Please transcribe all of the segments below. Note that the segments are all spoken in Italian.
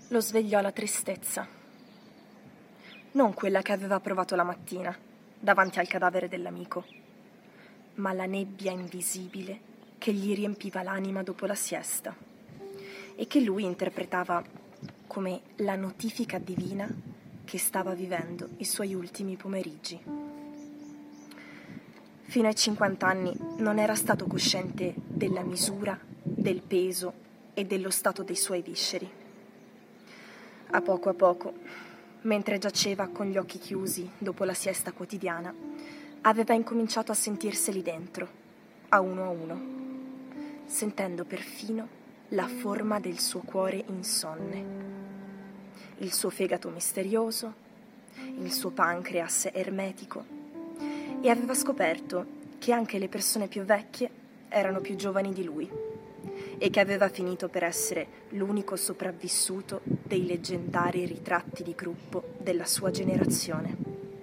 Lo svegliò la tristezza. Non quella che aveva provato la mattina, davanti al cadavere dell'amico, ma la nebbia invisibile che gli riempiva l'anima dopo la siesta e che lui interpretava come la notifica divina che stava vivendo i suoi ultimi pomeriggi. Fino ai 50 anni non era stato cosciente della misura, del peso e dello stato dei suoi visceri. A poco, mentre giaceva con gli occhi chiusi dopo la siesta quotidiana, aveva incominciato a sentirseli dentro, a uno, sentendo perfino la forma del suo cuore insonne, il suo fegato misterioso, il suo pancreas ermetico, e aveva scoperto che anche le persone più vecchie erano più giovani di lui e che aveva finito per essere l'unico sopravvissuto dei leggendari ritratti di gruppo della sua generazione.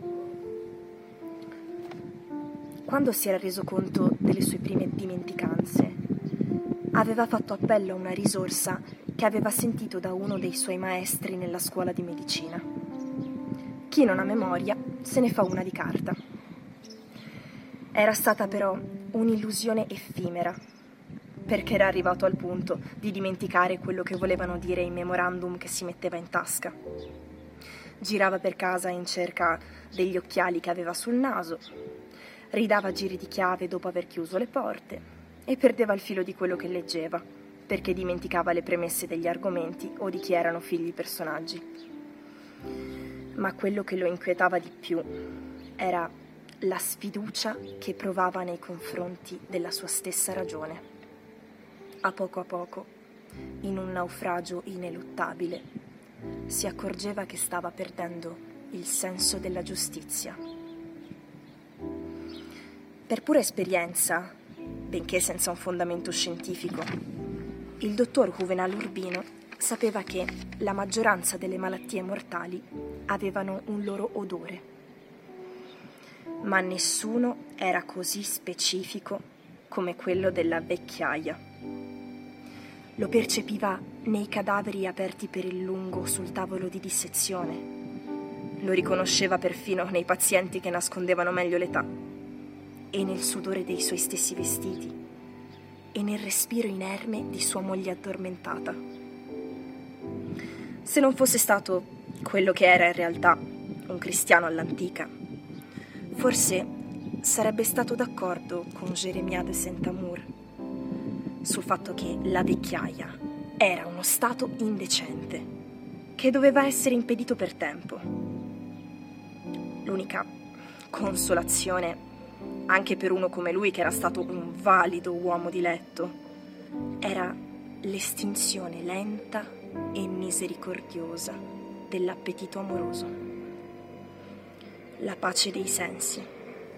Quando si era reso conto delle sue prime dimenticanze, aveva fatto appello a una risorsa che aveva sentito da uno dei suoi maestri nella scuola di medicina. Chi non ha memoria se ne fa una di carta. Era stata però un'illusione effimera, perché era arrivato al punto di dimenticare quello che volevano dire i memorandum che si metteva in tasca. Girava per casa in cerca degli occhiali che aveva sul naso, ridava giri di chiave dopo aver chiuso le porte e perdeva il filo di quello che leggeva, perché dimenticava le premesse degli argomenti o di chi erano figli i personaggi. Ma quello che lo inquietava di più era la sfiducia che provava nei confronti della sua stessa ragione. A poco, in un naufragio ineluttabile, si accorgeva che stava perdendo il senso della giustizia. Per pura esperienza, benché senza un fondamento scientifico, il dottor Juvenal Urbino sapeva che la maggioranza delle malattie mortali avevano un loro odore, ma nessuno era così specifico come quello della vecchiaia. Lo percepiva nei cadaveri aperti per il lungo sul tavolo di dissezione. Lo riconosceva perfino nei pazienti che nascondevano meglio l'età, e nel sudore dei suoi stessi vestiti, e nel respiro inerme di sua moglie addormentata. Se non fosse stato quello che era in realtà, un cristiano all'antica, forse sarebbe stato d'accordo con Jeremias de Saint-Amour sul fatto che la vecchiaia era uno stato indecente, che doveva essere impedito per tempo. L'unica consolazione, anche per uno come lui che era stato un valido uomo di letto, era l'estinzione lenta e misericordiosa dell'appetito amoroso, la pace dei sensi.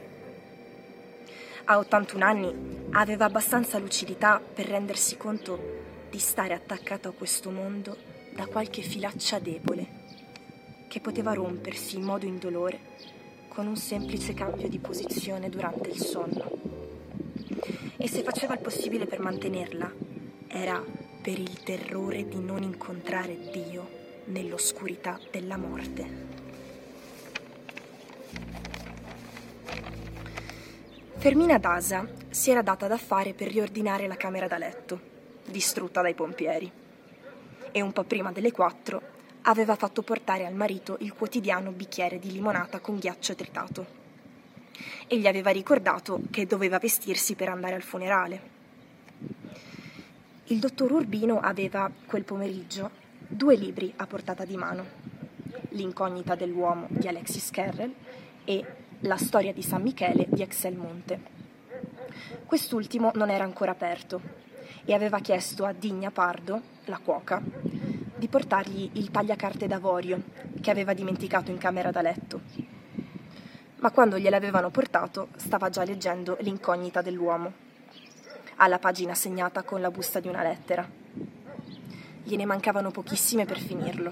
A 81 anni aveva abbastanza lucidità per rendersi conto di stare attaccato a questo mondo da qualche filaccia debole, che poteva rompersi in modo indolore con un semplice cambio di posizione durante il sonno. E se faceva il possibile per mantenerla, era per il terrore di non incontrare Dio nell'oscurità della morte. Fermina Daza si era data da fare per riordinare la camera da letto, distrutta dai pompieri, e un po' prima delle 4 aveva fatto portare al marito il quotidiano bicchiere di limonata con ghiaccio tritato e gli aveva ricordato che doveva vestirsi per andare al funerale. Il dottor Urbino aveva quel pomeriggio 2 libri a portata di mano: L'incognita dell'uomo di Alexis Carrel e La storia di San Michele di Axel Monte. Quest'ultimo non era ancora aperto e aveva chiesto a Digna Pardo, la cuoca, di portargli il tagliacarte d'avorio che aveva dimenticato in camera da letto. Ma quando gliel'avevano portato stava già leggendo L'incognita dell'uomo, alla pagina segnata con la busta di una lettera. Gliene mancavano pochissime per finirlo.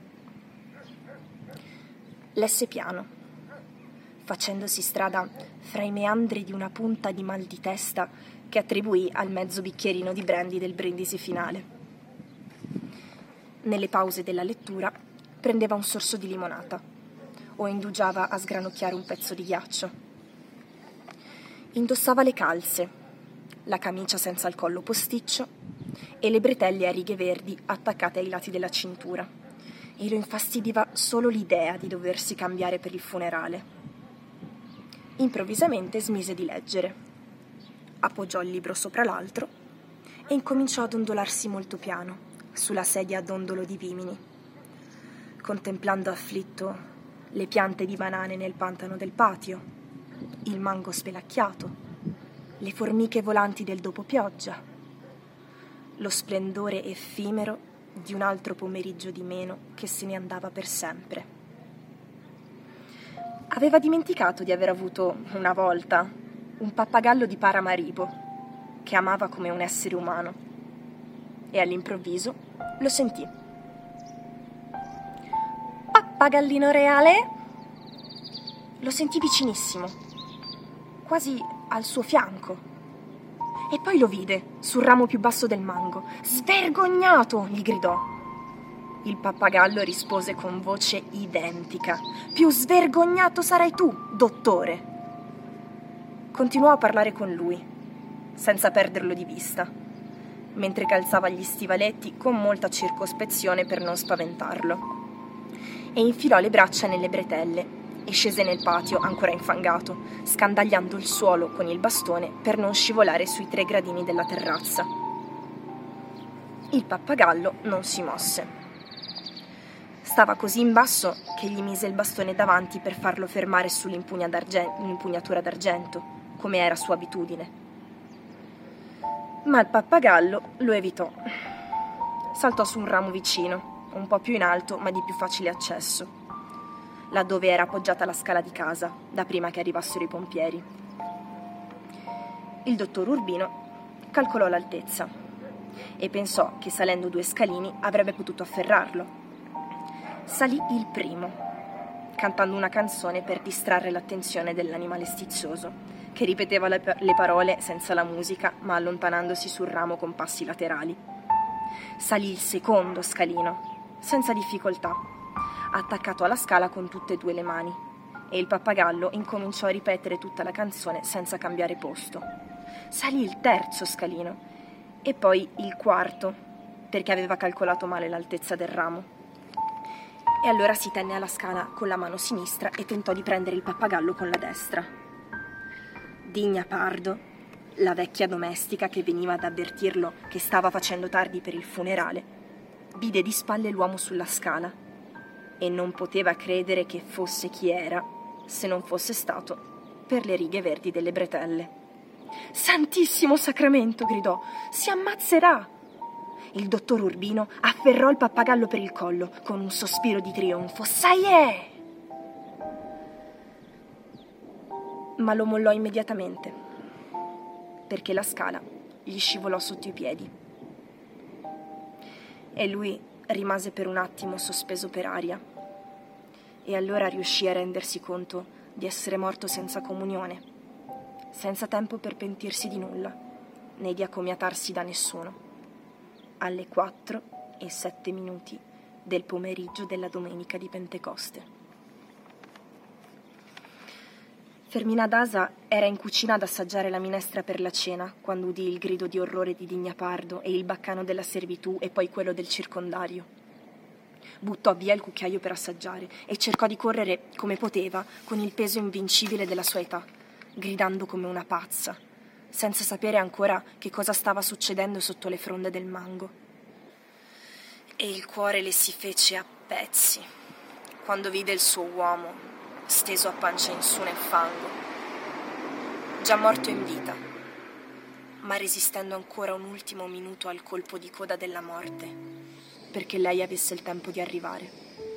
Lesse piano, facendosi strada fra i meandri di una punta di mal di testa che attribuì al mezzo bicchierino di brandy del brindisi finale. Nelle pause della lettura prendeva un sorso di limonata o indugiava a sgranocchiare un pezzo di ghiaccio. Indossava le calze, la camicia senza il collo posticcio e le bretelle a righe verdi attaccate ai lati della cintura, e lo infastidiva solo l'idea di doversi cambiare per il funerale. Improvvisamente smise di leggere, appoggiò il libro sopra l'altro e incominciò ad ondolarsi molto piano sulla sedia a dondolo di vimini, contemplando afflitto le piante di banane nel pantano del patio, il mango spelacchiato, le formiche volanti del dopopioggia, lo splendore effimero di un altro pomeriggio di meno che se ne andava per sempre. Aveva dimenticato di aver avuto una volta un pappagallo di Paramaribo che amava come un essere umano, e all'improvviso lo sentì. Pappagallino reale? Lo sentì vicinissimo, quasi al suo fianco. E poi lo vide sul ramo più basso del mango. Svergognato, gli gridò. Il pappagallo rispose con voce identica. Più svergognato sarai tu, dottore. Continuò a parlare con lui, senza perderlo di vista, mentre calzava gli stivaletti con molta circospezione per non spaventarlo, e infilò le braccia nelle bretelle e scese nel patio ancora infangato, scandagliando il suolo con il bastone per non scivolare sui 3 gradini della terrazza. Il pappagallo non si mosse. Stava così in basso che gli mise il bastone davanti per farlo fermare sull'impugnatura d'argento, come era sua abitudine. Ma il pappagallo lo evitò. Saltò su un ramo vicino, un po' più in alto ma di più facile accesso, laddove era appoggiata la scala di casa, da prima che arrivassero i pompieri. Il dottor Urbino calcolò l'altezza e pensò che salendo 2 scalini avrebbe potuto afferrarlo. Salì il primo, cantando una canzone per distrarre l'attenzione dell'animale stizzoso, che ripeteva le parole senza la musica, ma allontanandosi sul ramo con passi laterali. Salì il secondo scalino, senza difficoltà, attaccato alla scala con tutte e 2 le mani, e il pappagallo incominciò a ripetere tutta la canzone senza cambiare posto. Salì il terzo scalino e poi il quarto, perché aveva calcolato male l'altezza del ramo. E allora si tenne alla scala con la mano sinistra e tentò di prendere il pappagallo con la destra. Digna Pardo, la vecchia domestica che veniva ad avvertirlo che stava facendo tardi per il funerale, vide di spalle l'uomo sulla scala e non poteva credere che fosse chi era, se non fosse stato per le righe verdi delle bretelle. «Santissimo Sacramento!» gridò. «Si ammazzerà!» Il dottor Urbino afferrò il pappagallo per il collo con un sospiro di trionfo. «Saiè!» Ma lo mollò immediatamente, perché la scala gli scivolò sotto i piedi. E lui rimase per un attimo sospeso per aria, e allora riuscì a rendersi conto di essere morto senza comunione, senza tempo per pentirsi di nulla, né di accomiatarsi da nessuno, alle 4:07 del pomeriggio della domenica di Pentecoste. Fermina Dasa era in cucina ad assaggiare la minestra per la cena quando udì il grido di orrore di Digna Pardo e il baccano della servitù e poi quello del circondario. Buttò via il cucchiaio per assaggiare e cercò di correre come poteva con il peso invincibile della sua età, gridando come una pazza, senza sapere ancora che cosa stava succedendo sotto le fronde del mango. E il cuore le si fece a pezzi quando vide il suo uomo steso a pancia in su nel fango, già morto in vita, ma resistendo ancora un ultimo minuto al colpo di coda della morte, perché lei avesse il tempo di arrivare.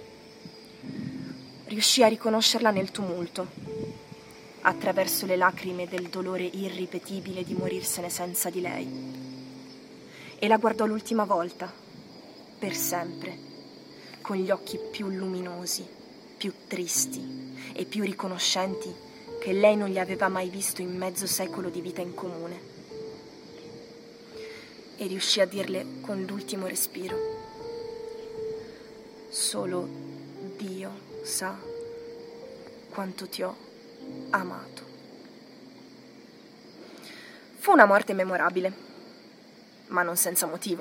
Riuscì a riconoscerla nel tumulto, attraverso le lacrime del dolore irripetibile di morirsene senza di lei, e la guardò l'ultima volta, per sempre, con gli occhi più luminosi, più tristi e più riconoscenti che lei non gli aveva mai visto in mezzo secolo di vita in comune. E riuscì a dirle con l'ultimo respiro: Solo Dio sa quanto ti ho amato. Fu una morte memorabile, ma non senza motivo.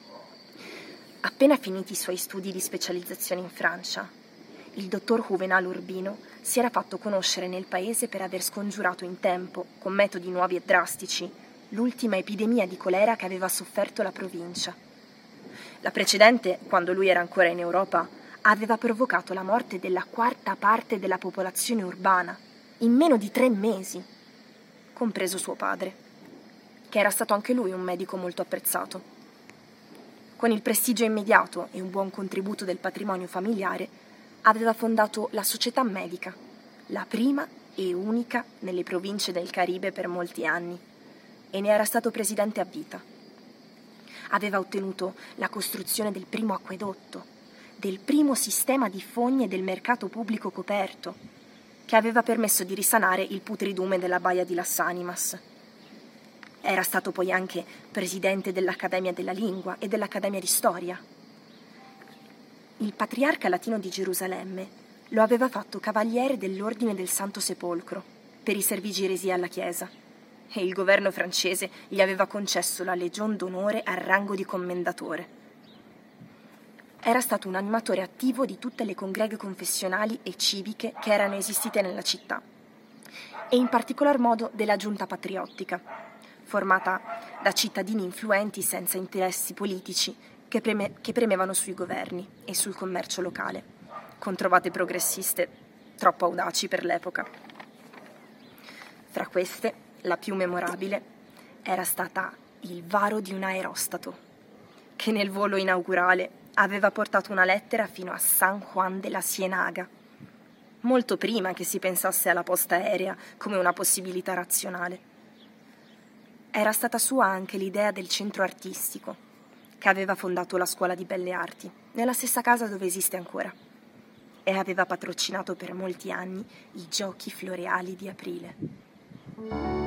Appena finiti i suoi studi di specializzazione in Francia, il dottor Juvenal Urbino si era fatto conoscere nel paese per aver scongiurato in tempo, con metodi nuovi e drastici, l'ultima epidemia di colera che aveva sofferto la provincia. La precedente, quando lui era ancora in Europa, aveva provocato la morte della quarta parte della popolazione urbana, in meno di 3 mesi, compreso suo padre, che era stato anche lui un medico molto apprezzato. Con il prestigio immediato e un buon contributo del patrimonio familiare, aveva fondato la Società Medica, la prima e unica nelle province del Caribe per molti anni, e ne era stato presidente a vita. Aveva ottenuto la costruzione del primo acquedotto, del primo sistema di fogne del mercato pubblico coperto, che aveva permesso di risanare il putridume della Baia di Las Animas. Era stato poi anche presidente dell'Accademia della Lingua e dell'Accademia di Storia. Il patriarca latino di Gerusalemme lo aveva fatto cavaliere dell'Ordine del Santo Sepolcro per i servigi resi alla Chiesa, e il governo francese gli aveva concesso la Legion d'Onore al rango di commendatore. Era stato un animatore attivo di tutte le congreghe confessionali e civiche che erano esistite nella città, e in particolar modo della Giunta Patriottica, formata da cittadini influenti senza interessi politici che premevano sui governi e sul commercio locale, con trovate progressiste troppo audaci per l'epoca. Fra queste, la più memorabile era stata il varo di un aerostato, che nel volo inaugurale aveva portato una lettera fino a San Juan de la Cienaga, molto prima che si pensasse alla posta aerea come una possibilità razionale. Era stata sua anche l'idea del centro artistico, che aveva fondato la Scuola di Belle Arti, nella stessa casa dove esiste ancora, e aveva patrocinato per molti anni i Giochi Floreali di Aprile.